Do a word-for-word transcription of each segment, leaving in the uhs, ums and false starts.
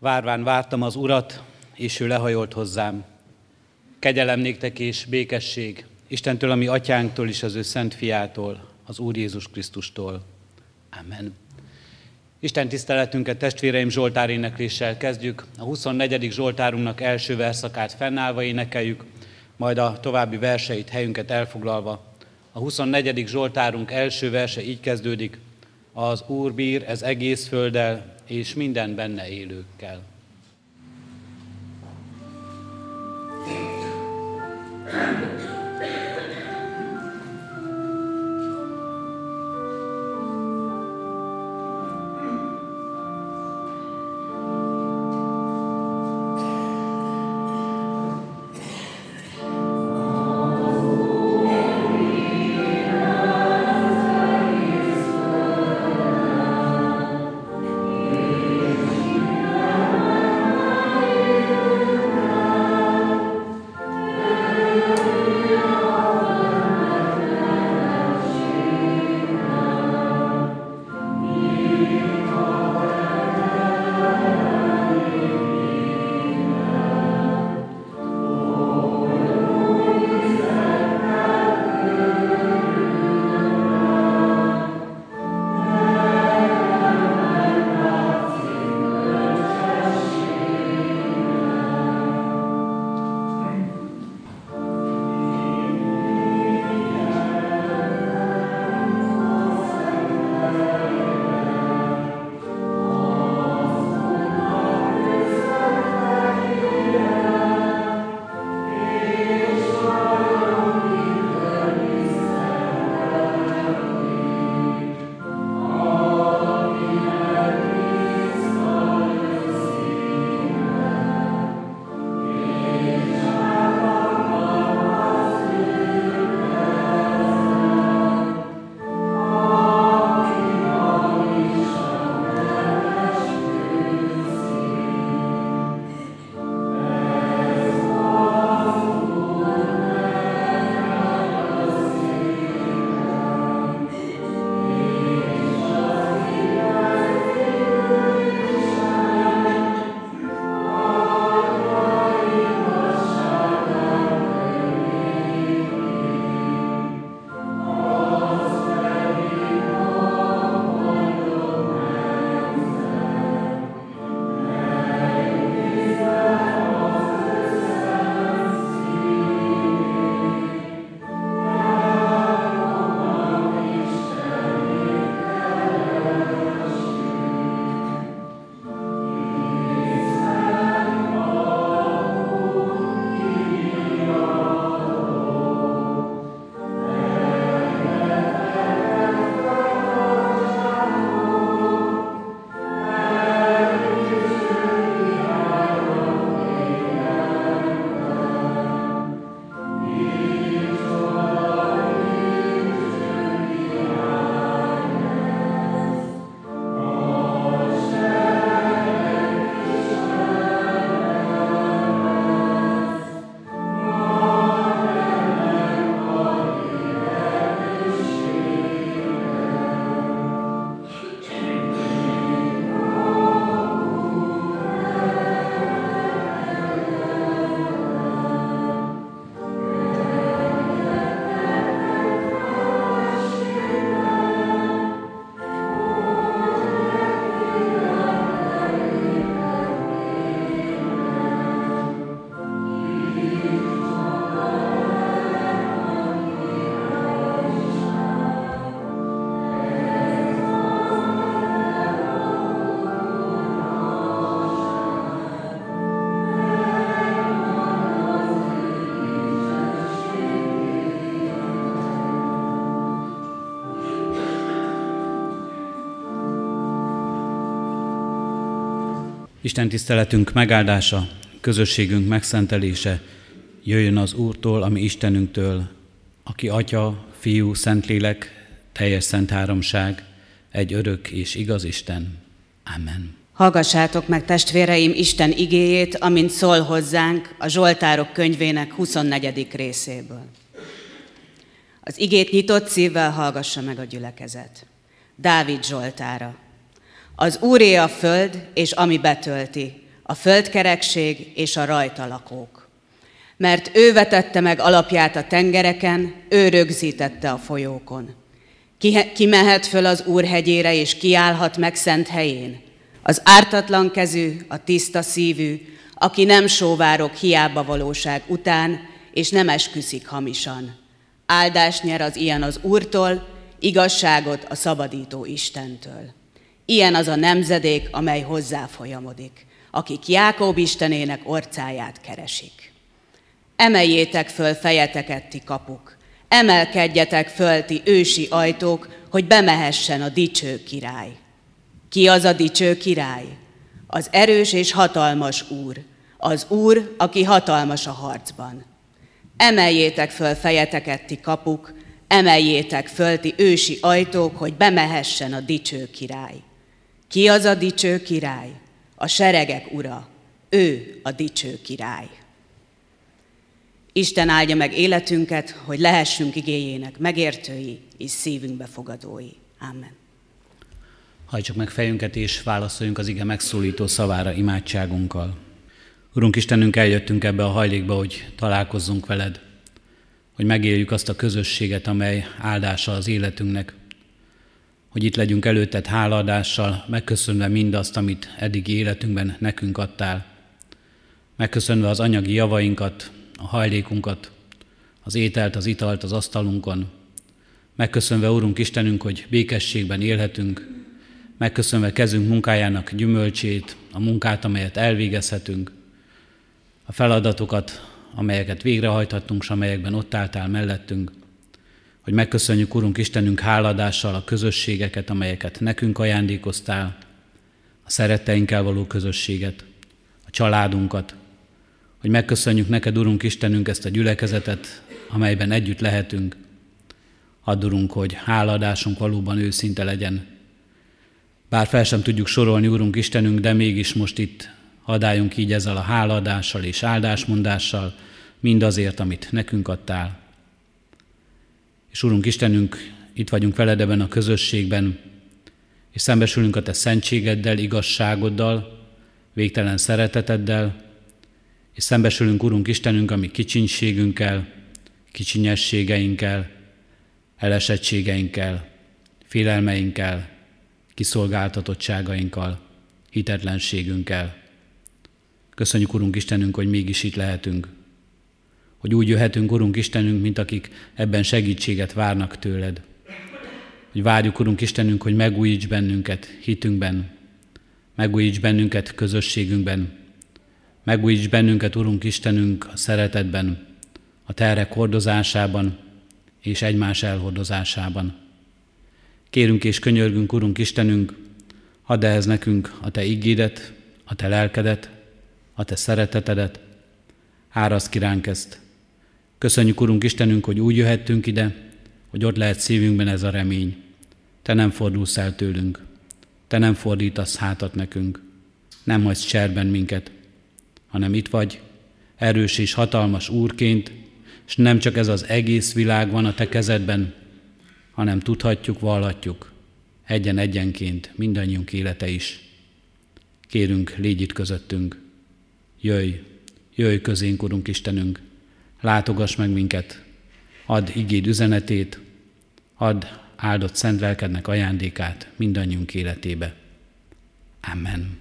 Várván vártam az Urat, és ő lehajolt hozzám. Kegyelem néktek és békesség Istentől, a mi atyánktól és az ő szent fiától, az Úr Jézus Krisztustól. Amen. Isten tiszteletünket, testvéreim, Zsoltár énekléssel kezdjük. A huszonnegyedik Zsoltárunknak első verszakát fennállva énekeljük, majd a további verseit helyünket elfoglalva. A huszonnegyedik Zsoltárunk első verse így kezdődik: az Úr bír ez egész földdel, és minden benne élőkkel. Isten tiszteletünk megáldása, közösségünk megszentelése jöjjön az Úrtól, ami Istenünktől, aki Atya, Fiú, Szentlélek, teljes szent háromság, egy örök és igaz Isten. Amen. Hallgassátok meg, testvéreim, Isten igéjét, amint szól hozzánk a Zsoltárok könyvének huszonnegyedik részéből. Az igét nyitott szívvel hallgassa meg a gyülekezet. Dávid Zsoltára. Az Úré a föld, és ami betölti, a földkerekség és a rajta lakók. Mert ő vetette meg alapját a tengereken, ő rögzítette a folyókon. Ki, ki mehet föl az Úr hegyére, és kiállhat meg szent helyén? Az ártatlan kezű, a tiszta szívű, aki nem sóvárog hiába valóság után, és nem esküszik hamisan. Áldást nyer az ilyen az Úrtól, igazságot a szabadító Istentől. Ilyen az a nemzedék, amely hozzá folyamodik, akik Jákob Istenének orcáját keresik. Emeljétek föl fejeteket, ti kapuk, emelkedjetek föl, ti ősi ajtók, hogy bemehessen a dicső király. Ki az a dicső király? Az erős és hatalmas Úr, az Úr, aki hatalmas a harcban. Emeljétek föl fejeteket, ti kapuk, emeljétek föl, ti ősi ajtók, hogy bemehessen a dicső király. Ki az a dicső király? A seregek ura, ő a dicső király. Isten áldja meg életünket, hogy lehessünk igéjének megértői és szívünkbe fogadói. Amen. Hajtsuk meg fejünket és válaszoljunk az ige megszólító szavára imádságunkkal. Urunk Istenünk, eljöttünk ebbe a hajlékba, hogy találkozzunk veled, hogy megéljük azt a közösséget, amely áldása az életünknek, hogy itt legyünk előtted hálaadással, megköszönve mindazt, amit eddigi életünkben nekünk adtál, megköszönve az anyagi javainkat, a hajlékunkat, az ételt, az italt az asztalunkon, megköszönve, Urunk Istenünk, hogy békességben élhetünk, megköszönve kezünk munkájának gyümölcsét, a munkát, amelyet elvégezhetünk, a feladatokat, amelyeket végrehajthattunk, s amelyekben ott álltál mellettünk, hogy megköszönjük, Urunk Istenünk, háladással a közösségeket, amelyeket nekünk ajándékoztál, a szeretteinkkel való közösséget, a családunkat, hogy megköszönjük neked, Urunk Istenünk, ezt a gyülekezetet, amelyben együtt lehetünk. Add, Urunk, hogy hálaadásunk valóban őszinte legyen. Bár fel sem tudjuk sorolni, Urunk Istenünk, de mégis most itt adáljunk így ezzel a hálaadással és áldásmondással mindazért, amit nekünk adtál. És Urunk Istenünk, itt vagyunk veled ebben a közösségben, és szembesülünk a te szentségeddel, igazságoddal, végtelen szereteteddel, és szembesülünk, Urunk Istenünk, a mi kicsinységünkkel, kicsinyességeinkkel, elesettségeinkkel, félelmeinkkel, kiszolgáltatottságainkkal, hitetlenségünkkel. Köszönjük, Urunk Istenünk, hogy mégis itt lehetünk, hogy úgy jöhetünk, Urunk Istenünk, mint akik ebben segítséget várnak tőled. Hogy várjuk, Urunk Istenünk, hogy megújíts bennünket hitünkben, megújíts bennünket közösségünkben, megújíts bennünket, Urunk Istenünk, a szeretetben, a terhek hordozásában és egymás elhordozásában. Kérünk és könyörgünk, Urunk Istenünk, add ehhez nekünk a te igédet, a te lelkedet, a te szeretetedet, áraszd ki ránk ezt. Köszönjük, Urunk Istenünk, hogy úgy jöhettünk ide, hogy ott lehet szívünkben ez a remény. Te nem fordulsz el tőlünk, te nem fordítasz hátat nekünk, nem hagysz cserben minket, hanem itt vagy, erős és hatalmas Úrként, és nem csak ez az egész világ van a te kezedben, hanem tudhatjuk, vallhatjuk, egyen-egyenként mindannyiunk élete is. Kérünk, légy itt közöttünk, jöjj, jöjj közénk, Urunk Istenünk, látogass meg minket, add igéd üzenetét, add áldott szent lelkednek ajándékát mindannyiunk életébe. Amen.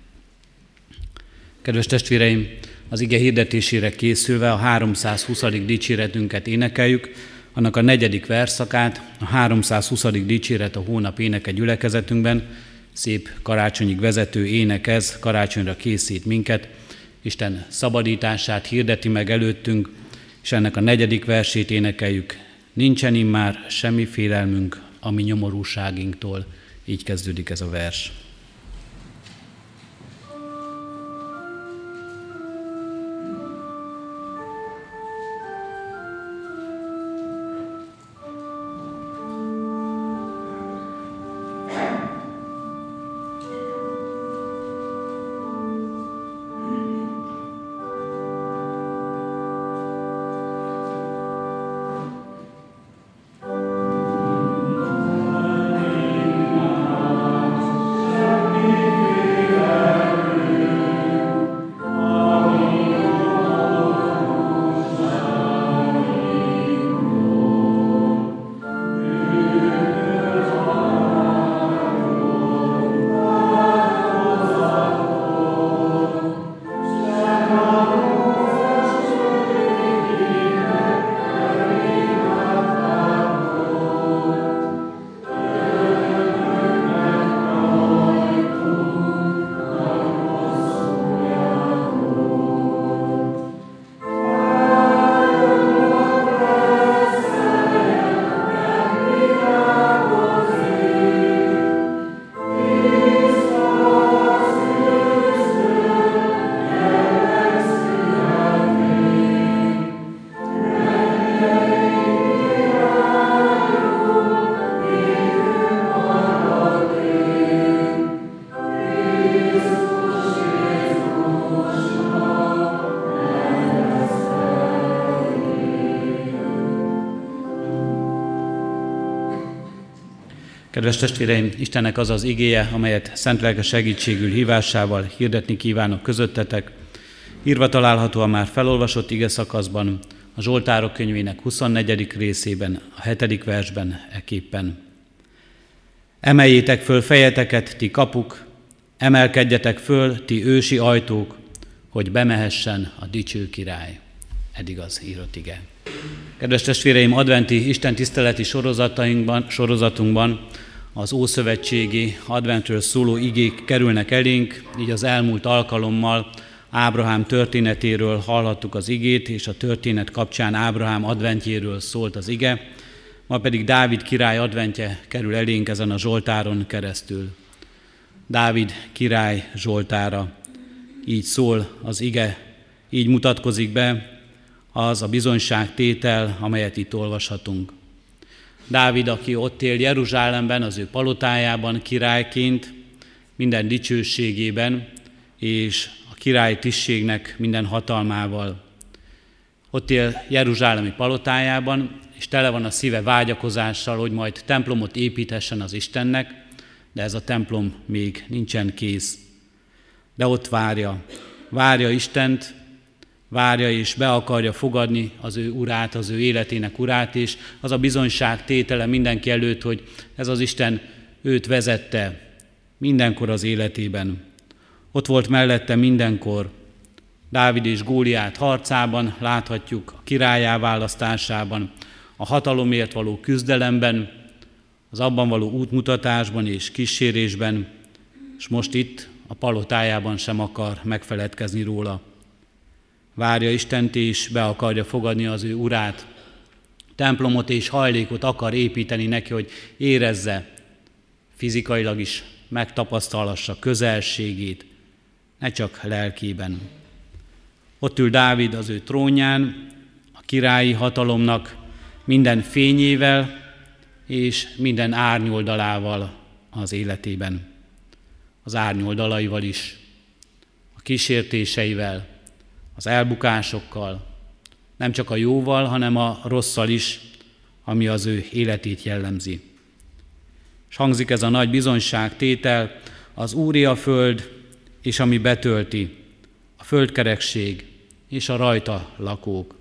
Kedves testvéreim, az ige hirdetésére készülve a háromszázhuszadik dicséretünket énekeljük, annak a negyedik verszakát, a háromszázhuszadik dicséret a hónap éneke gyülekezetünkben, szép karácsonyig vezető ének ez, karácsonyra készít minket, Isten szabadítását hirdeti meg előttünk, és ennek a negyedik versét énekeljük. Nincsen immár semmi félelmünk a mi nyomorúságinktól. Így kezdődik ez a vers. Amen. Kedves testvéreim, Istennek az az igéje, amelyet szent lelke segítségül hívásával hirdetni kívánok közöttetek. Írva található a már felolvasott ige szakaszban, a Zsoltárok könyvének huszonnegyedik részében, a hetedik versben eképpen. Emeljétek föl fejeteket, ti kapuk, emelkedjetek föl, ti ősi ajtók, hogy bemehessen a dicső király. Eddig az írott ige. Kedves testvéreim, adventi Isten tiszteleti sorozatainkban, sorozatunkban az ószövetségi adventről szóló igék kerülnek elénk, így az elmúlt alkalommal Ábrahám történetéről hallhattuk az igét, és a történet kapcsán Ábrahám adventjéről szólt az ige, ma pedig Dávid király adventje kerül elénk ezen a Zsoltáron keresztül. Dávid király Zsoltára, így szól az ige, így mutatkozik be az a bizonyságtétel, amelyet itt olvashatunk. Dávid, aki ott él Jeruzsálemben, az ő palotájában királyként, minden dicsőségében és a király tisztségnek minden hatalmával. Ott él Jeruzsálemi palotájában, és tele van a szíve vágyakozással, hogy majd templomot építhessen az Istennek, de ez a templom még nincsen kész. De ott várja, várja Istent, várja és be akarja fogadni az ő urát, az ő életének urát, és az a bizonyság tétele mindenki előtt, hogy ez az Isten őt vezette mindenkor az életében. Ott volt mellette mindenkor. Dávid és Góliát harcában láthatjuk, a királyá választásában, a hatalomért való küzdelemben, az abban való útmutatásban és kísérésben, és most itt a palotájában sem akar megfeledkezni róla. Várja Istent és be akarja fogadni az ő urát. Templomot és hajlékot akar építeni neki, hogy érezze, fizikailag is megtapasztalhassa közelségét, ne csak lelkében. Ott ül Dávid az ő trónján, a királyi hatalomnak minden fényével és minden árnyoldalával az életében. Az árnyoldalaival is, a kísértéseivel, az elbukásokkal, nem csak a jóval, hanem a rosszal is, ami az ő életét jellemzi. És hangzik ez a nagy bizonyságtétel, az Úré a föld, és ami betölti, a földkerekség és a rajta lakók.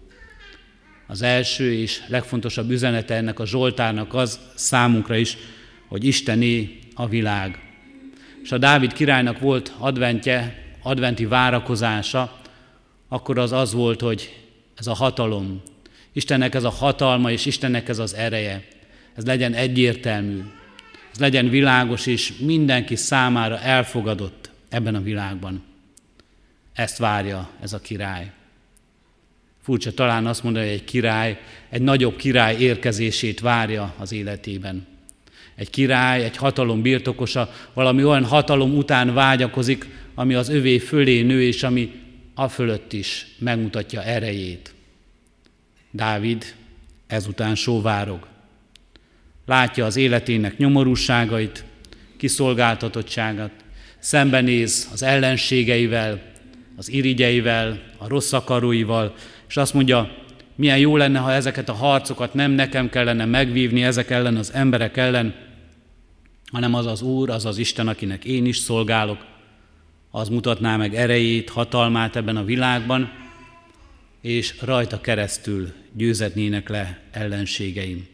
Az első és legfontosabb üzenete ennek a Zsoltárnak az számunkra is, hogy Istené a világ. És a Dávid királynak volt adventje, adventi várakozása, akkor az az volt, hogy ez a hatalom, Istennek ez a hatalma és Istennek ez az ereje, ez legyen egyértelmű, ez legyen világos és mindenki számára elfogadott ebben a világban. Ezt várja ez a király. Furcsa talán azt mondani, hogy egy király, egy nagyobb király érkezését várja az életében. Egy király, egy hatalom birtokosa valami olyan hatalom után vágyakozik, ami az övé fölé nő, és ami a fölött is megmutatja erejét. Dávid ezután sóvárog. Látja az életének nyomorúságait, kiszolgáltatottságát, szembenéz az ellenségeivel, az irigyeivel, a rossz akaróival, és azt mondja, milyen jó lenne, ha ezeket a harcokat nem nekem kellene megvívni ezek ellen az emberek ellen, hanem az az Úr, az az Isten, akinek én is szolgálok, az mutatná meg erejét, hatalmát ebben a világban, és rajta keresztül győzetnének le ellenségeim.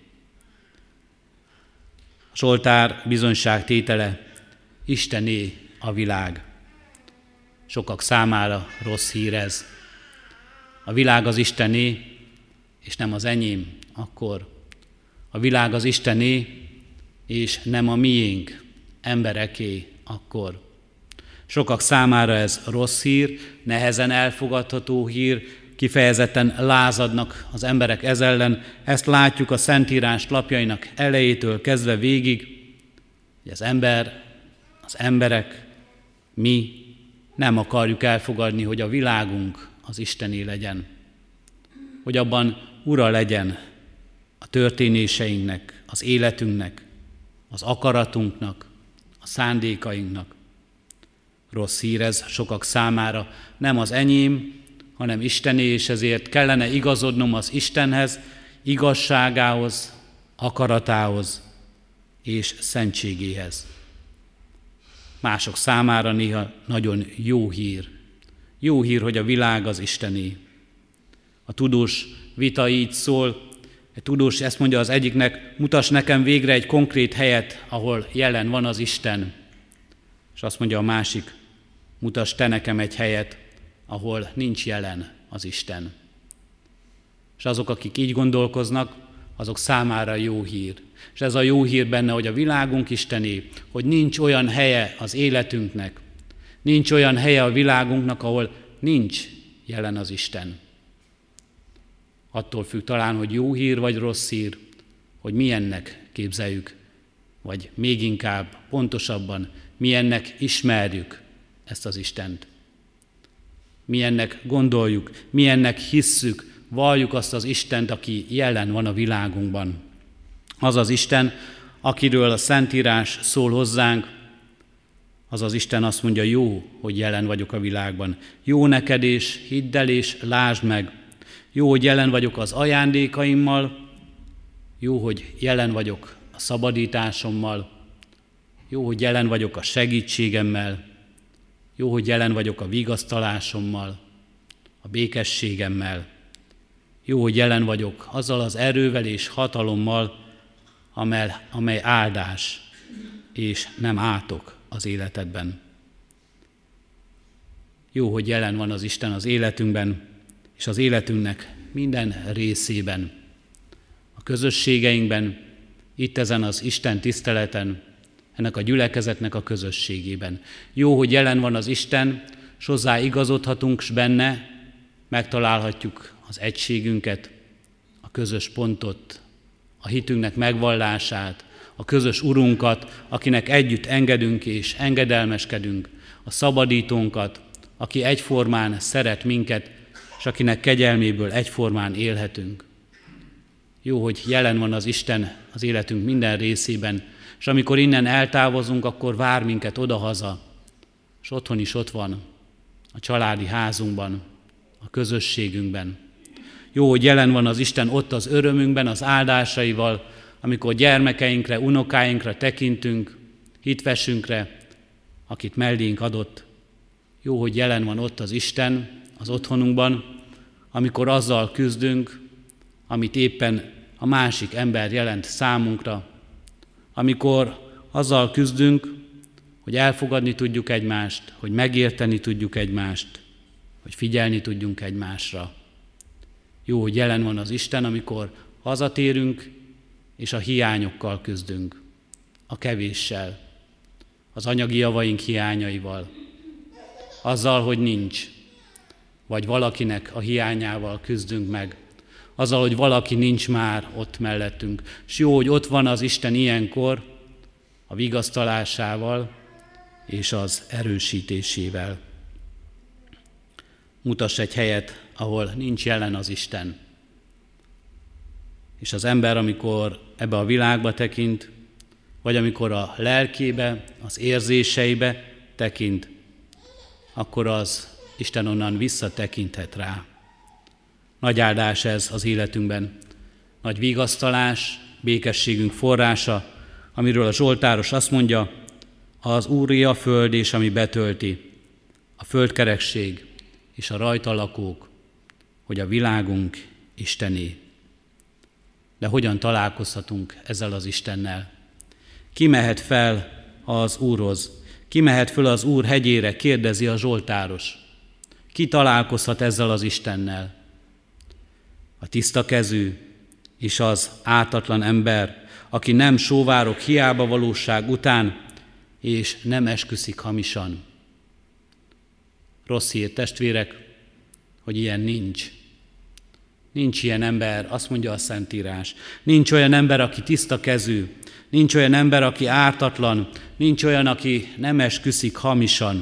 A Zsoltár bizonyságtétele, Istené a világ. Sokak számára rossz hír ez. A világ az Istené, és nem az enyém, akkor a világ az Istené, és nem a miénk, embereké, akkor. Sokak számára ez rossz hír, nehezen elfogadható hír, kifejezetten lázadnak az emberek ez ellen. Ezt látjuk a Szentírás lapjainak elejétől kezdve végig, hogy az ember, az emberek, mi nem akarjuk elfogadni, hogy a világunk az Istené legyen. Hogy abban ura legyen a történéseinknek, az életünknek, az akaratunknak, a szándékainknak. Rossz hír ez sokak számára, nem az enyém, hanem Istené, és ezért kellene igazodnom az Istenhez, igazságához, akaratához, és szentségéhez. Mások számára néha nagyon jó hír. Jó hír, hogy a világ az Istené. A tudós vita így szól, egy tudós ezt mondja az egyiknek, mutass nekem végre egy konkrét helyet, ahol jelen van az Isten. És azt mondja a másik, mutass te nekem egy helyet, ahol nincs jelen az Isten. És azok, akik így gondolkoznak, azok számára jó hír. És ez a jó hír benne, hogy a világunk Istené, hogy nincs olyan helye az életünknek, nincs olyan helye a világunknak, ahol nincs jelen az Isten. Attól függ talán, hogy jó hír vagy rossz hír, hogy milyennek képzeljük, vagy még inkább, pontosabban, milyennek ismerjük ezt az Istent. Milyennek gondoljuk, milyennek hisszük, valljuk azt az Istent, aki jelen van a világunkban. Az az Isten, akiről a Szentírás szól hozzánk, az az Isten azt mondja, jó, hogy jelen vagyok a világban. Jó neked és hidd el és lásd meg. Jó, hogy jelen vagyok az ajándékaimmal, jó, hogy jelen vagyok a szabadításommal, jó, hogy jelen vagyok a segítségemmel, jó, hogy jelen vagyok a vigasztalásommal, a békességemmel, jó, hogy jelen vagyok azzal az erővel és hatalommal, amely, amely áldás és nem átok az életedben. Jó, hogy jelen van az Isten az életünkben, és az életünknek minden részében, a közösségeinkben, itt ezen az Isten tiszteleten, ennek a gyülekezetnek a közösségében. Jó, hogy jelen van az Isten, s hozzá igazodhatunk, s benne megtalálhatjuk az egységünket, a közös pontot, a hitünknek megvallását, a közös Urunkat, akinek együtt engedünk és engedelmeskedünk, a szabadítónkat, aki egyformán szeret minket, és akinek kegyelméből egyformán élhetünk. Jó, hogy jelen van az Isten az életünk minden részében, és amikor innen eltávozunk, akkor vár minket odahaza, és otthon is ott van, a családi házunkban, a közösségünkben. Jó, hogy jelen van az Isten ott az örömünkben, az áldásaival, amikor gyermekeinkre, unokáinkra tekintünk, hitvesünkre, akit mellénk adott. Jó, hogy jelen van ott az Isten az otthonunkban, amikor azzal küzdünk, amit éppen a másik ember jelent számunkra, amikor azzal küzdünk, hogy elfogadni tudjuk egymást, hogy megérteni tudjuk egymást, hogy figyelni tudjunk egymásra. Jó, hogy jelen van az Isten, amikor hazatérünk, és a hiányokkal küzdünk, a kevéssel, az anyagi javaink hiányaival, azzal, hogy nincs, vagy valakinek a hiányával küzdünk meg, azzal, hogy valaki nincs már ott mellettünk. És jó, hogy ott van az Isten ilyenkor, a vigasztalásával és az erősítésével. Mutass egy helyet, ahol nincs jelen az Isten. És az ember, amikor ebbe a világba tekint, vagy amikor a lelkébe, az érzéseibe tekint, akkor az Isten onnan visszatekinthet rá. Nagy áldás ez az életünkben, nagy vigasztalás, békességünk forrása, amiről a zsoltáros azt mondja, az Úré a föld és ami betölti, a földkerekség és a rajta lakók, hogy a világunk Istené. De hogyan találkozhatunk ezzel az Istennel? Ki mehet fel az Úrhoz? Ki mehet föl az Úr hegyére, kérdezi a zsoltáros. Ki találkozhat ezzel az Istennel? A tiszta kezű és az ártatlan ember, aki nem sóvárok hiába valóság után, és nem esküszik hamisan. Rossz hír, testvérek, hogy ilyen nincs. Nincs ilyen ember, azt mondja a Szentírás. Nincs olyan ember, aki tiszta kezű, nincs olyan ember, aki ártatlan, nincs olyan, aki nem esküszik hamisan.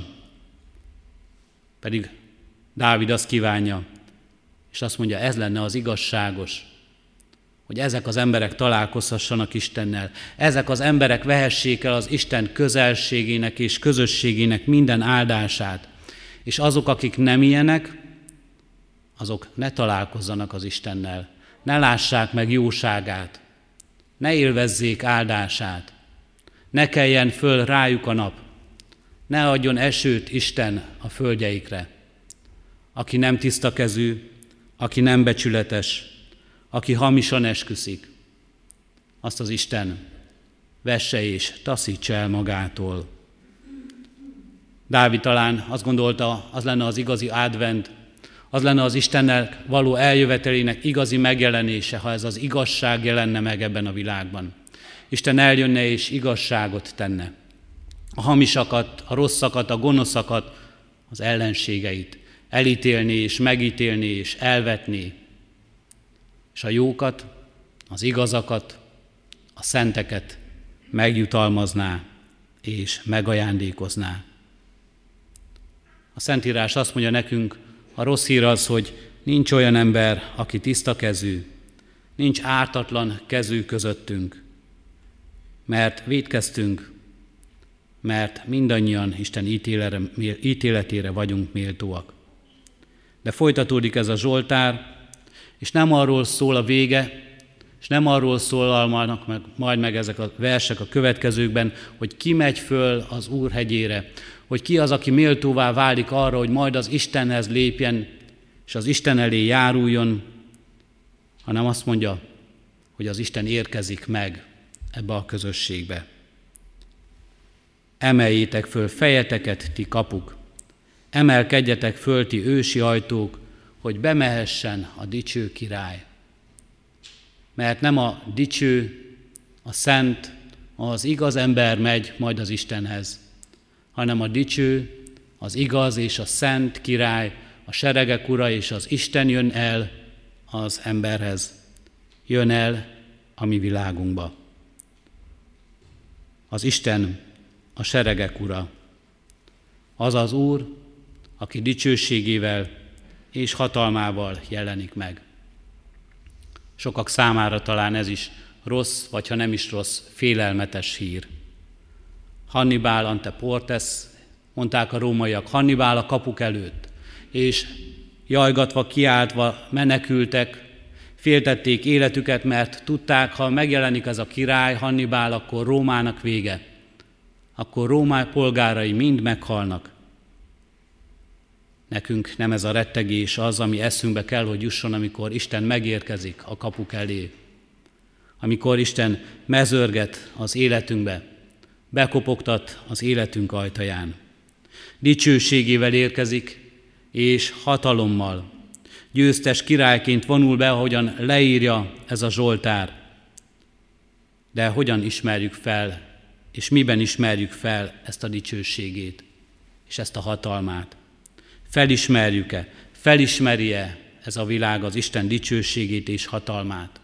Pedig Dávid azt kívánja, és azt mondja, ez lenne az igazságos, hogy ezek az emberek találkozhassanak Istennel. Ezek az emberek vehessék el az Isten közelségének és közösségének minden áldását. És azok, akik nem ilyenek, azok ne találkozzanak az Istennel. Ne lássák meg jóságát. Ne élvezzék áldását. Ne keljen föl rájuk a nap, ne adjon esőt Isten a földjeikre. Aki nem tiszta kezű, aki nem becsületes, aki hamisan esküszik, azt az Isten vesse és taszítsa el magától. Dávid talán azt gondolta, az lenne az igazi advent, az lenne az Istennel való eljövetelének igazi megjelenése, ha ez az igazság jelenne meg ebben a világban. Isten eljönne és igazságot tenne. A hamisakat, a rosszakat, a gonoszakat, az ellenségeit elítélni és megítélni és elvetni, és a jókat, az igazakat, a szenteket megjutalmazná és megajándékozná. A Szentírás azt mondja nekünk, a rossz hír az, hogy nincs olyan ember, aki tiszta kezű, nincs ártatlan kezű közöttünk, mert vétkeztünk, mert mindannyian Isten ítéletére vagyunk méltóak. De folytatódik ez a Zsoltár, és nem arról szól a vége, és nem arról szólalnak meg, majd meg ezek a versek a következőkben, hogy ki megy föl az Úr hegyére, hogy ki az, aki méltóvá válik arra, hogy majd az Istenhez lépjen, és az Isten elé járuljon, hanem azt mondja, hogy az Isten érkezik meg ebbe a közösségbe. Emeljétek föl fejeteket, ti kapuk, emelkedjetek föl, ti ősi ajtók, hogy bemehessen a dicső király. Mert nem a dicső, a szent, az igaz ember megy majd az Istenhez, hanem a dicső, az igaz és a szent király, a seregek ura és az Isten jön el az emberhez. Jön el a mi világunkba. Az Isten a seregek ura. Az az Úr, aki dicsőségével és hatalmával jelenik meg. Sokak számára talán ez is rossz, vagy ha nem is rossz, félelmetes hír. Hannibal ante portes, mondták a rómaiak, Hannibal a kapuk előtt, és jajgatva, kiáltva menekültek, féltették életüket, mert tudták, ha megjelenik ez a király, Hannibal, akkor Rómának vége. Akkor Róma polgárai mind meghalnak. Nekünk nem ez a rettegés az, ami eszünkbe kell, hogy jusson, amikor Isten megérkezik a kapuk elé. Amikor Isten mezörget az életünkbe, bekopogtat az életünk ajtaján. Dicsőségével érkezik, és hatalommal. Győztes királyként vonul be, ahogyan leírja ez a Zsoltár. De hogyan ismerjük fel, és miben ismerjük fel ezt a dicsőségét, és ezt a hatalmát? Felismerjük-e, felismeri-e ez a világ az Isten dicsőségét és hatalmát?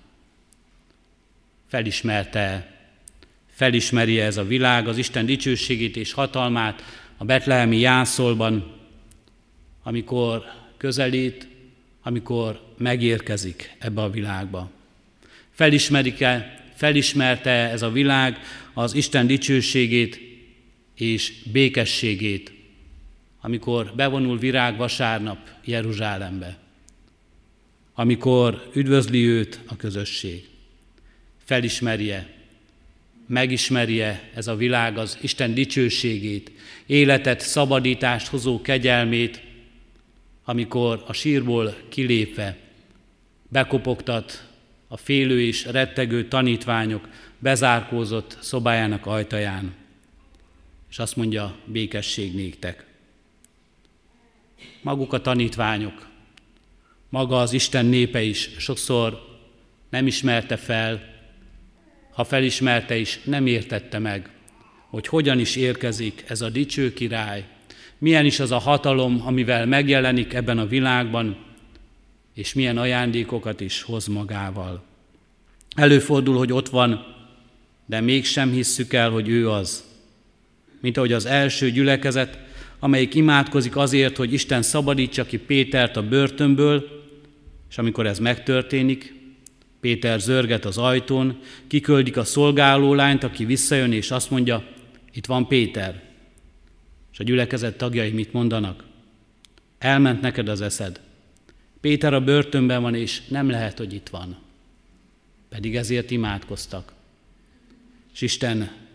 Felismerte, felismeri-e ez a világ az Isten dicsőségét és hatalmát a betlehemi jászolban, amikor közelít, amikor megérkezik ebbe a világba? Felismerik-e, felismerte ez a világ az Isten dicsőségét és békességét, amikor bevonul virágvasárnap Jeruzsálembe, amikor üdvözli őt a közösség? Felismerje, megismerje ez a világ az Isten dicsőségét, életet, szabadítást hozó kegyelmét, amikor a sírból kilépve bekopogtat a félő és rettegő tanítványok bezárkózott szobájának ajtaján, és azt mondja, békesség néktek. Maguk a tanítványok, maga az Isten népe is sokszor nem ismerte fel, ha felismerte is, nem értette meg, hogy hogyan is érkezik ez a dicső király, milyen is az a hatalom, amivel megjelenik ebben a világban, és milyen ajándékokat is hoz magával. Előfordul, hogy ott van, de mégsem hisszük el, hogy ő az. Mint ahogy az első gyülekezet, amelyik imádkozik azért, hogy Isten szabadítsa ki Pétert a börtönből, és amikor ez megtörténik, Péter zörget az ajtón, kiküldik a szolgálólányt, aki visszajön, és azt mondja, itt van Péter. És a gyülekezet tagjai mit mondanak? Elment neked az eszed. Péter a börtönben van, és nem lehet, hogy itt van. Pedig ezért imádkoztak. És Isten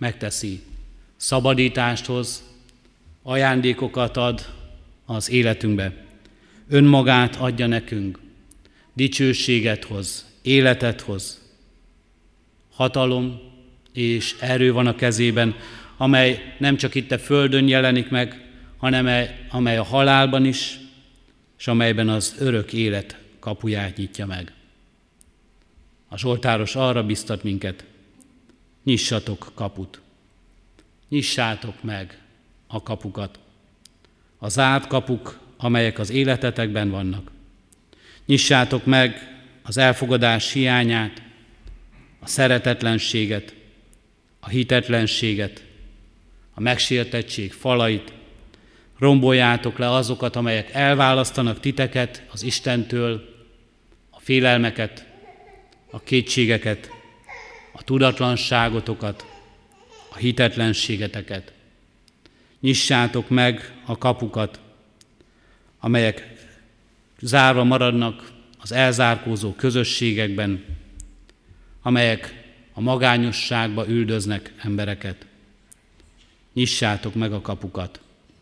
megteszi. Szabadítást hoz, ajándékokat ad az életünkbe. Önmagát adja nekünk, dicsőséget hoz, életet hoz. Hatalom és erő van a kezében, amely nem csak itt a földön jelenik meg, hanem amely a halálban is, és amelyben az örök élet kapuját nyitja meg. A zsoltáros arra biztat minket, nyissatok kaput, nyissátok meg a kapukat, a zárt kapuk, amelyek az életetekben vannak. Nyissátok meg az elfogadás hiányát, a szeretetlenséget, a hitetlenséget, a megsértettség falait, romboljátok le azokat, amelyek elválasztanak titeket az Istentől, a félelmeket, a kétségeket, a tudatlanságotokat, a hitetlenségeteket. Nyissátok meg a kapukat, amelyek zárva maradnak az elzárkózó közösségekben, amelyek a magányosságba üldöznek embereket. Nyissátok meg a kapukat.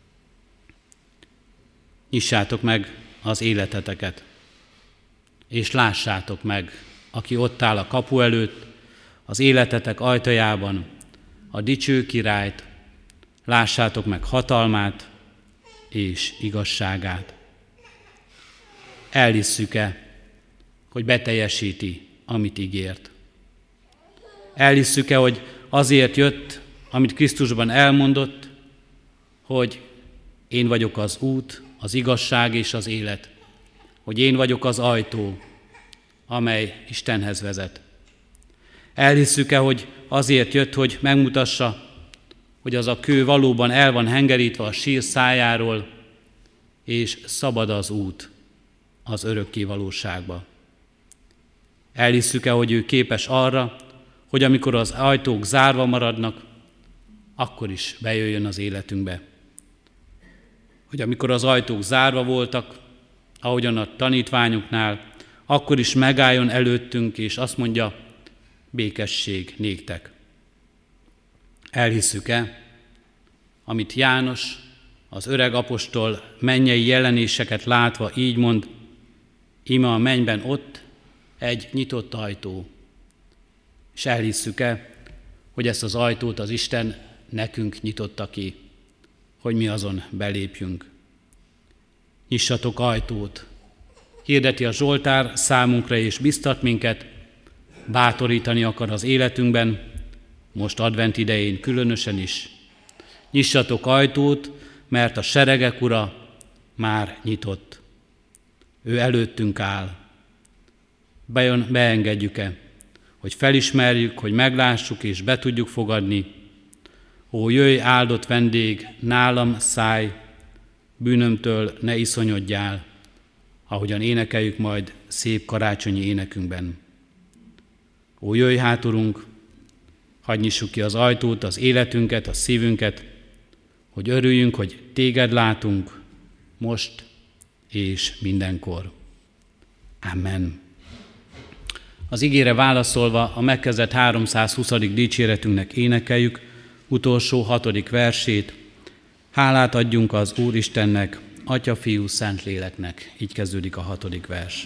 Nyissátok meg az életeteket, és lássátok meg, aki ott áll a kapu előtt, az életetek ajtajában, a dicső királyt, lássátok meg hatalmát és igazságát. Elhisszük-e, hogy beteljesíti, amit ígért? Elhisszük-e, hogy azért jött, amit Krisztusban elmondott, hogy én vagyok az út, az igazság és az élet, hogy én vagyok az ajtó, amely Istenhez vezet. Elhisszük-e, hogy azért jött, hogy megmutassa, hogy az a kő valóban el van hengerítve a sír szájáról, és szabad az út az örökké valóságba. Elhisszük-e, hogy ő képes arra, hogy amikor az ajtók zárva maradnak, akkor is bejöjjön az életünkbe. Hogy amikor az ajtók zárva voltak, ahogyan a tanítványoknál, akkor is megálljon előttünk, és azt mondja, békesség néktek. Elhisszük-e, amit János, az öreg apostol mennyei jelenéseket látva így mond, íme a mennyben ott egy nyitott ajtó. És elhisszük-e, hogy ezt az ajtót az Isten nekünk nyitotta ki, hogy mi azon belépjünk. Nyissatok ajtót, hirdeti a Zsoltár számunkra és biztat minket, bátorítani akar az életünkben, most advent idején különösen is. Nyissatok ajtót, mert a seregek ura már nyitott. Ő előttünk áll. Bejön, beengedjük-e, hogy felismerjük, hogy meglássuk és be tudjuk fogadni. Ó, jöjj, áldott vendég, nálam szállj, bűnömtől ne iszonyodjál, ahogyan énekeljük majd szép karácsonyi énekünkben. Ó, jöjj hát, Urunk, hadd nyissuk ki az ajtót, az életünket, a szívünket, hogy örüljünk, hogy téged látunk most és mindenkor. Amen. Az igére válaszolva a megkezdett háromszázhuszadik dicséretünknek énekeljük utolsó hatodik versét. Hálát adjunk az Úristennek, Atya, Fiú, Szentléleknek. Így kezdődik a hatodik vers.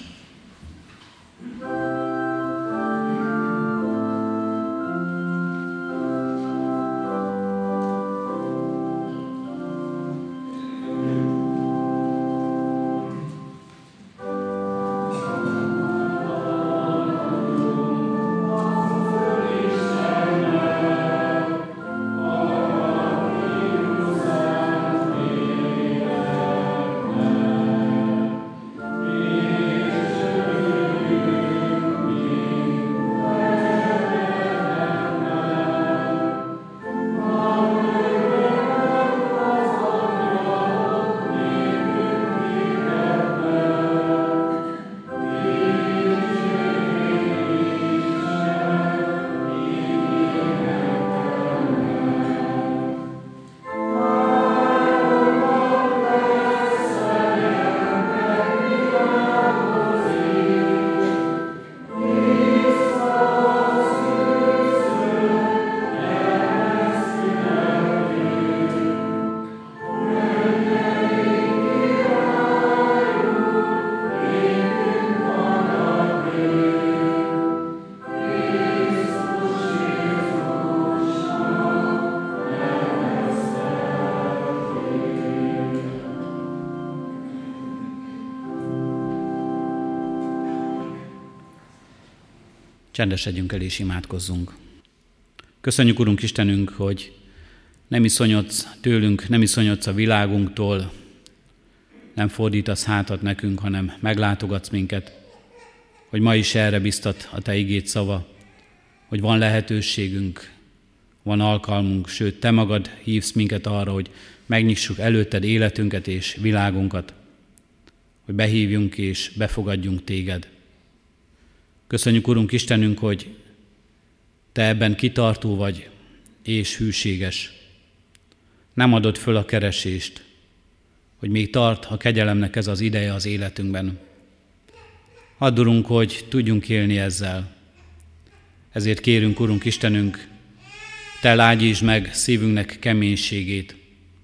Csendesedjünk el és imádkozzunk. Köszönjük, Urunk Istenünk, hogy nem iszonyodsz tőlünk, nem iszonyodsz a világunktól, nem fordítasz hátat nekünk, hanem meglátogatsz minket, hogy ma is erre biztat a Te igéd szava, hogy van lehetőségünk, van alkalmunk, sőt, Te magad hívsz minket arra, hogy megnyissuk előtted életünket és világunkat, hogy behívjunk és befogadjunk Téged. Köszönjük, Urunk Istenünk, hogy Te ebben kitartó vagy és hűséges. Nem adod föl a keresést, hogy még tart a kegyelemnek ez az ideje az életünkben. Add, Urunk, hogy tudjunk élni ezzel. Ezért kérünk, Urunk Istenünk, Te lágyítsd meg szívünknek keménységét.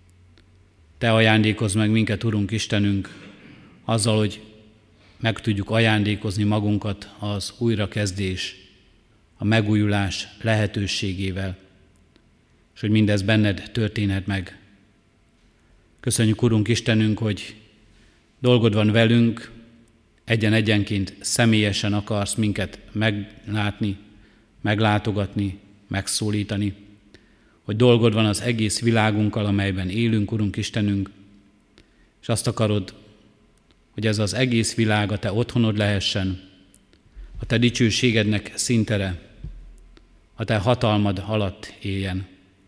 Te ajándékozz meg minket, Urunk Istenünk, azzal, hogy meg tudjuk ajándékozni magunkat az újrakezdés, a megújulás lehetőségével, és hogy mindez benned történhet meg. Köszönjük, Urunk Istenünk, hogy dolgod van velünk, egyen-egyenként személyesen akarsz minket meglátni, meglátogatni, megszólítani, hogy dolgod van az egész világunkkal, amelyben élünk, Urunk Istenünk, és azt akarod, hogy ez az egész világ a Te otthonod lehessen, a Te dicsőségednek szintere, a Te hatalmad alatt éljen.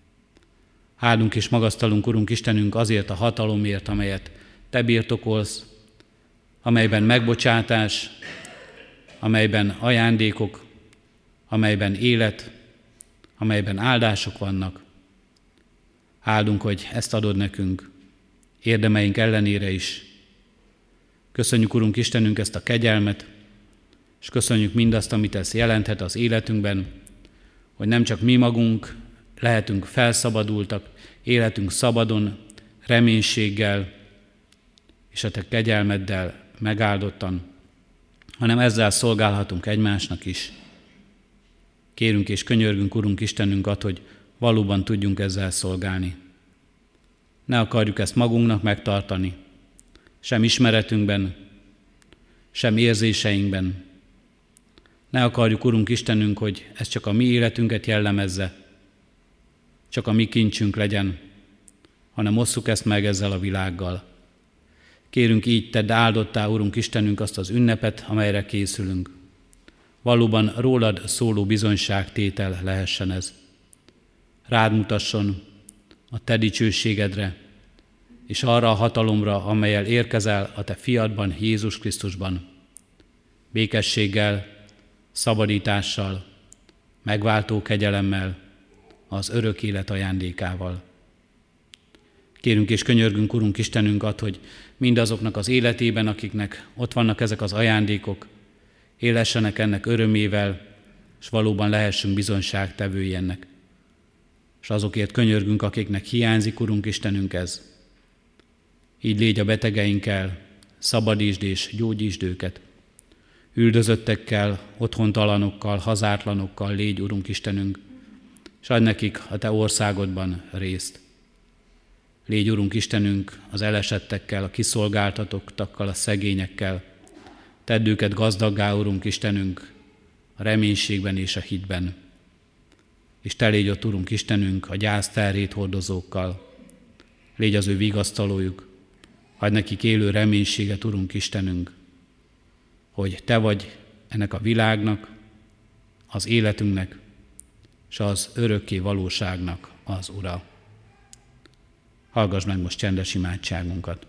Áldunk és magasztalunk, Urunk Istenünk, azért a hatalomért, amelyet Te birtokolsz, amelyben megbocsátás, amelyben ajándékok, amelyben élet, amelyben áldások vannak. Áldunk, hogy ezt adod nekünk, érdemeink ellenére is. Köszönjük, Urunk Istenünk, ezt a kegyelmet, és köszönjük mindazt, amit ez jelenthet az életünkben, hogy nem csak mi magunk lehetünk felszabadultak, életünk szabadon, reménységgel és a Te kegyelmeddel megáldottan, hanem ezzel szolgálhatunk egymásnak is. Kérünk és könyörgünk, Urunk Istenünket, hogy valóban tudjunk ezzel szolgálni. Ne akarjuk ezt magunknak megtartani, sem ismeretünkben, sem érzéseinkben. Ne akarjuk, Urunk Istenünk, hogy ez csak a mi életünket jellemezze, csak a mi kincsünk legyen, hanem osszuk ezt meg ezzel a világgal. Kérünk, így tedd áldottá, Urunk Istenünk, azt az ünnepet, amelyre készülünk. Valóban rólad szóló bizonyságtétel lehessen ez. Rád mutasson a Te dicsőségedre, és arra a hatalomra, amellyel érkezel a Te fiadban, Jézus Krisztusban. Békességgel, szabadítással, megváltó kegyelemmel, az örök élet ajándékával. Kérünk és könyörgünk, Urunk Istenünket, hogy mindazoknak az életében, akiknek ott vannak ezek az ajándékok, élessenek ennek örömével, és valóban lehessünk bizonyságtevői ennek. És azokért könyörgünk, akiknek hiányzik, Urunk Istenünk, ez. Így légy a betegeinkkel, szabadítsd és gyógyítsd őket. Üldözöttekkel, otthontalanokkal, hazátlanokkal légy, Urunk Istenünk, és adj nekik a Te országodban részt. Légy, Urunk Istenünk, az elesettekkel, a kiszolgáltatottakkal, a szegényekkel. Tedd őket gazdaggá, Urunk Istenünk, a reménységben és a hitben. És Te légy ott, Urunk Istenünk, a gyász terhét hordozókkal. Légy az ő vigasztalójuk. Adj nekik élő reménységet, Urunk Istenünk, hogy Te vagy ennek a világnak, az életünknek, és az örökké valóságnak az Ura. Hallgass meg most csendes imádságunkat.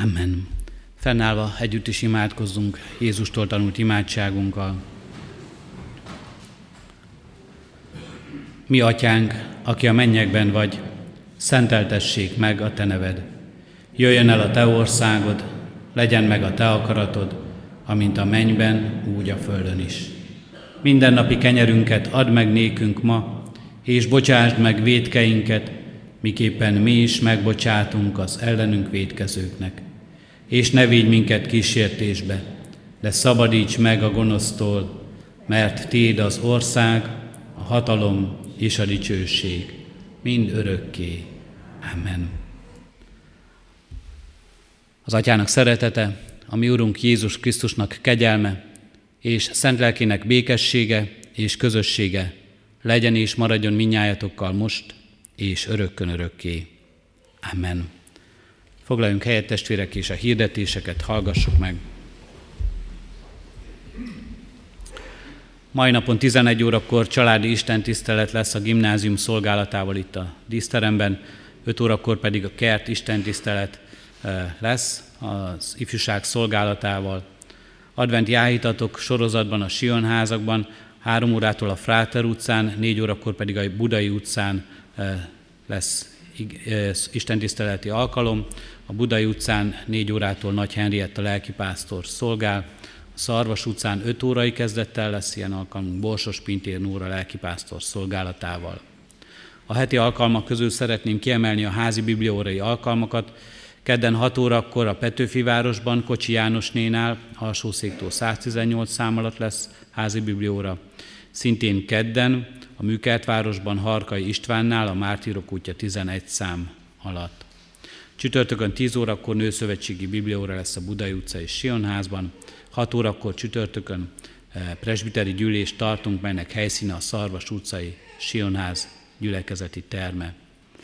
Amen. Fennállva együtt is imádkozzunk Jézustól tanult imádságunkkal. Mi atyánk, aki a mennyekben vagy, szenteltessék meg a te neved. Jöjjön el a te országod, legyen meg a te akaratod, amint a mennyben, úgy a földön is. Mindennapi kenyerünket add meg nékünk ma, és bocsásd meg vétkeinket, miképpen mi is megbocsátunk az ellenünk vétkezőknek. És ne vigy minket kísértésbe, de szabadíts meg a gonosztól, mert tiéd az ország, a hatalom és a dicsőség, mind örökké. Amen. Az Atyának szeretete, a mi Urunk Jézus Krisztusnak kegyelme, és szent lelkének békessége és közössége legyen és maradjon mindnyájatokkal most, és örökkön örökké. Amen. Foglaljunk helyet, testvérek, és a hirdetéseket hallgassuk meg. Mai napon tizenegy órakor családi istentisztelet lesz a gimnázium szolgálatával itt a díszteremben, öt órakor pedig a kert istentisztelet lesz az ifjúság szolgálatával. Adventi áhítatok sorozatban a Sionházakban, három órától a Fráter utcán, négy órakor pedig a Budai utcán lesz istentiszteleti alkalom. A Budai utcán négy órától Nagy Henrietta lelkipásztor szolgál, a Szarvas utcán öt órai kezdettel lesz ilyen alkalmunk Borsos Pintér Nóra lelkipásztor szolgálatával. A heti alkalmak közül szeretném kiemelni a házi bibliaórai alkalmakat. Kedden hat órakor a Petőfivárosban, Kocsi Jánosnénál, Alsószéktó száztizennyolc szám alatt lesz házi bibliaóra. Szintén kedden a Műkertvárosban, Harkai Istvánnál, a Mártírok útja tizenegy szám alatt. Csütörtökön tíz órakor nőszövetségi bibliaóra lesz a Budai utca és Sionházban. hat órakor csütörtökön presbiteri gyűlést tartunk, melynek helyszíne a Szarvas utcai Sionház gyülekezeti terme.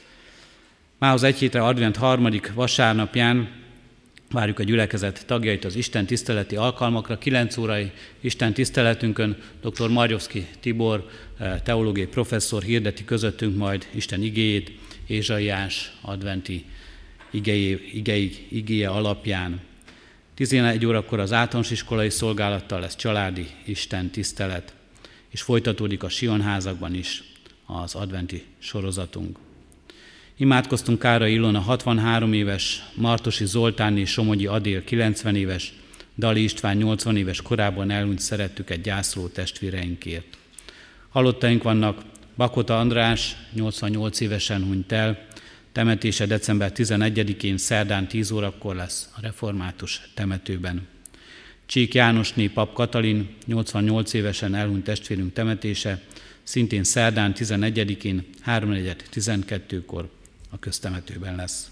Mához egy hétre advent harmadik vasárnapján várjuk a gyülekezet tagjait az Isten tiszteleti alkalmakra. kilenc órai Isten tiszteletünkön dr. Marjovszki Tibor teológiai professzor hirdeti közöttünk majd Isten igéjét, Ézsaiás adventi igéje, igéje, igéje alapján. tizenegy órakor az általános iskolai szolgálattal lesz családi Isten tisztelet, és folytatódik a Sionházakban is az adventi sorozatunk. Imádkoztunk Kárai Ilona hatvanhárom éves, Martosi Zoltán és Somogyi Adél kilencven éves, Dali István nyolcvan éves korában elhunyt szerettüket gyászoló testvéreinkért. Halottaink vannak: Bakota András nyolcvannyolc évesen hunyt el, temetése december tizenegyedikén szerdán tíz órakor lesz a református temetőben. Csík Jánosné Pap Katalin nyolcvannyolc évesen elhunyt testvérünk temetése szintén szerdán tizenegyedikén háromnegyed tizenkettőkor a köztemetőben lesz.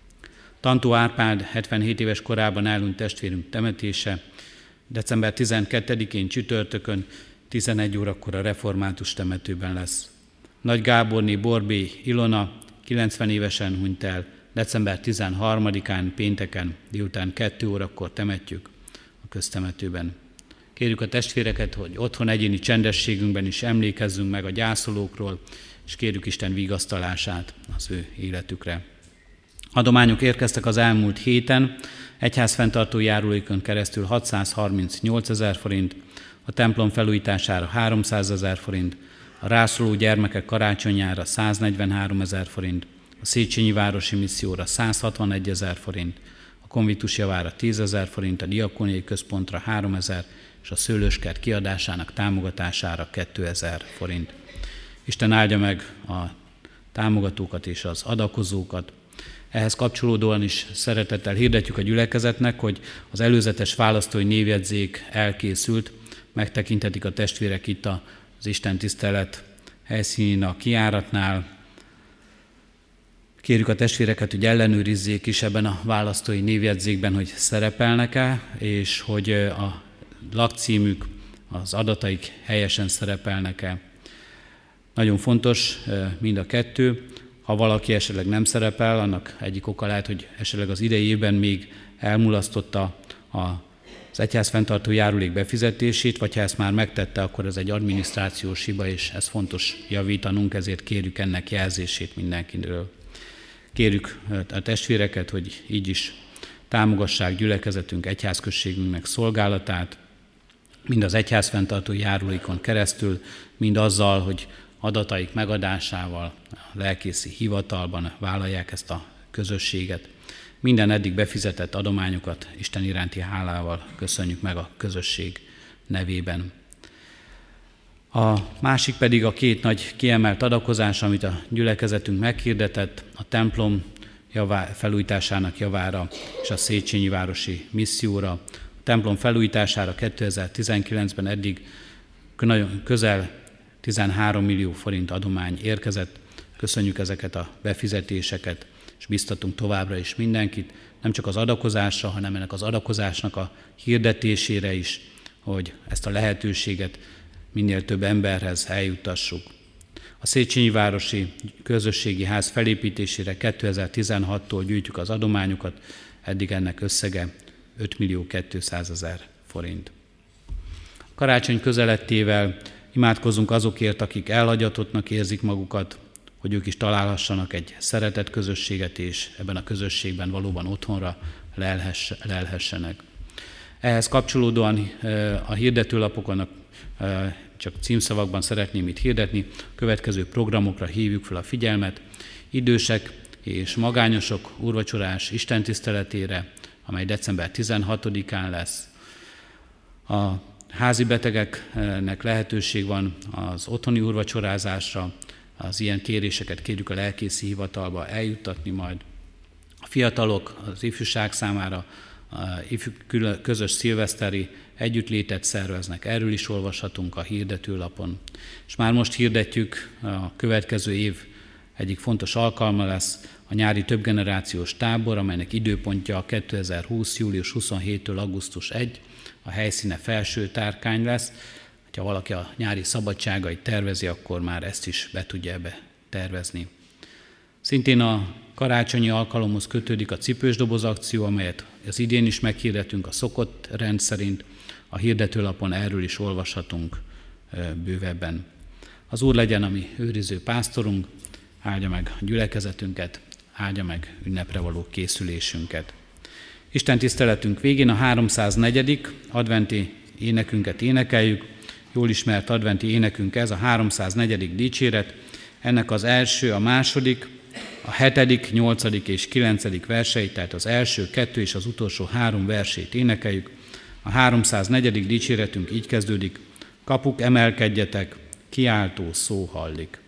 Tantó Árpád hetvenhét éves korában elhunyt testvérünk temetése december tizenkettedikén csütörtökön tizenegy órakor a református temetőben lesz. Nagy Gáborné Borbé Ilona kilencven évesen hunyt el, december tizenharmadikán pénteken délután kettő órakor temetjük a köztemetőben. Kérjük a testvéreket, hogy otthon egyéni csendességünkben is emlékezzünk meg a gyászolókról, és kérjük Isten vigasztalását az ő életükre. Adományok érkeztek az elmúlt héten, egyházfenntartó járulékon keresztül hatszázharmincnyolc ezer forint, a templom felújítására háromszázezer forint, a rászoruló gyermekek karácsonyára száznegyvenhárom ezer forint, a Széchenyi Városi Misszióra százhatvanegy ezer forint, a konvitus javára tízezer forint, a diakóniai központra háromezer és a szőlőskert kiadásának támogatására kétezer forint. Isten áldja meg a támogatókat és az adakozókat. Ehhez kapcsolódóan is szeretettel hirdetjük a gyülekezetnek, hogy az előzetes választói névjegyzék elkészült, megtekinthetik a testvérek itt az Isten tisztelet helyszínén a kijáratnál. Kérjük a testvéreket, hogy ellenőrizzék is ebben a választói névjegyzékben, hogy szerepelnek-e, és hogy a lakcímük, az adataik helyesen szerepelnek-e. Nagyon fontos mind a kettő. Ha valaki esetleg nem szerepel, annak egyik oka lehet, hogy esetleg az idei évben még elmulasztotta az egyházfenntartó járulék befizetését, vagy ha ezt már megtette, akkor ez egy adminisztrációs hiba, és ez fontos javítanunk, ezért kérjük ennek jelzését mindenkiről. Kérjük a testvéreket, hogy így is támogassák gyülekezetünk, egyházközségünknek szolgálatát, mind az egyházfenntartó járulékon keresztül, mind azzal, hogy adataik megadásával a lelkészi hivatalban vállalják ezt a közösséget. Minden eddig befizetett adományokat Isten iránti hálával köszönjük meg a közösség nevében. A másik pedig a két nagy kiemelt adakozás, amit a gyülekezetünk meghirdetett, a templom javá, felújításának javára és a Széchenyi városi misszióra. A templom felújítására kétezer-tizenkilencben eddig közel tizenhárom millió forint adomány érkezett. Köszönjük ezeket a befizetéseket, és biztatunk továbbra is mindenkit, nem csak az adakozásra, hanem ennek az adakozásnak a hirdetésére is, hogy ezt a lehetőséget minél több emberhez eljuttassuk. A Széchenyi városi közösségi ház felépítésére kétezer-tizenhattól gyűjtjük az adományokat, eddig ennek összege öt millió kétszázezer forint. Karácsony közelettével imádkozzunk azokért, akik elhagyatottnak érzik magukat, hogy ők is találhassanak egy szeretett közösséget, és ebben a közösségben valóban otthonra lelhessenek. Ehhez kapcsolódóan a hirdetőlapokon csak címszavakban szeretném itt hirdetni, következő programokra hívjuk fel a figyelmet: idősek és magányosok úrvacsorás istentiszteletére, amely december tizenhatodikán lesz. A házi betegeknek lehetőség van az otthoni úrvacsorázásra, az ilyen kéréseket kérjük a lelkészi hivatalba eljuttatni majd. A fiatalok az ifjúság számára a ifjú közös szilveszteri együttlétet szerveznek, erről is olvashatunk a hirdetőlapon. És már most hirdetjük, a következő év egyik fontos alkalma lesz a nyári többgenerációs tábor, amelynek időpontja kétezer-húsz. július huszonhétedikétől augusztus elsejéig, a helyszíne Felső Tárkány lesz. Ha valaki a nyári szabadságait tervezi, akkor már ezt is be tudja ebbe tervezni. Szintén a karácsonyi alkalomhoz kötődik a cipős doboz akció, amelyet az idén is meghirdetünk a szokott rend szerint. A hirdetőlapon erről is olvashatunk bővebben. Az Úr legyen a mi őriző pásztorunk, áldja meg a gyülekezetünket, áldja meg ünnepre való készülésünket. Isten tiszteletünk végén a háromszáznegyedik adventi énekünket énekeljük. Jól ismert adventi énekünk ez, a háromszáznegyedik dicséret. Ennek az első, a második, a hetedik, nyolcadik és kilencedik verseit, tehát az első kettő és az utolsó három versét énekeljük. A háromszáznegyedik dicséretünk így kezdődik: kapuk, emelkedjetek, kiáltó szó hallik.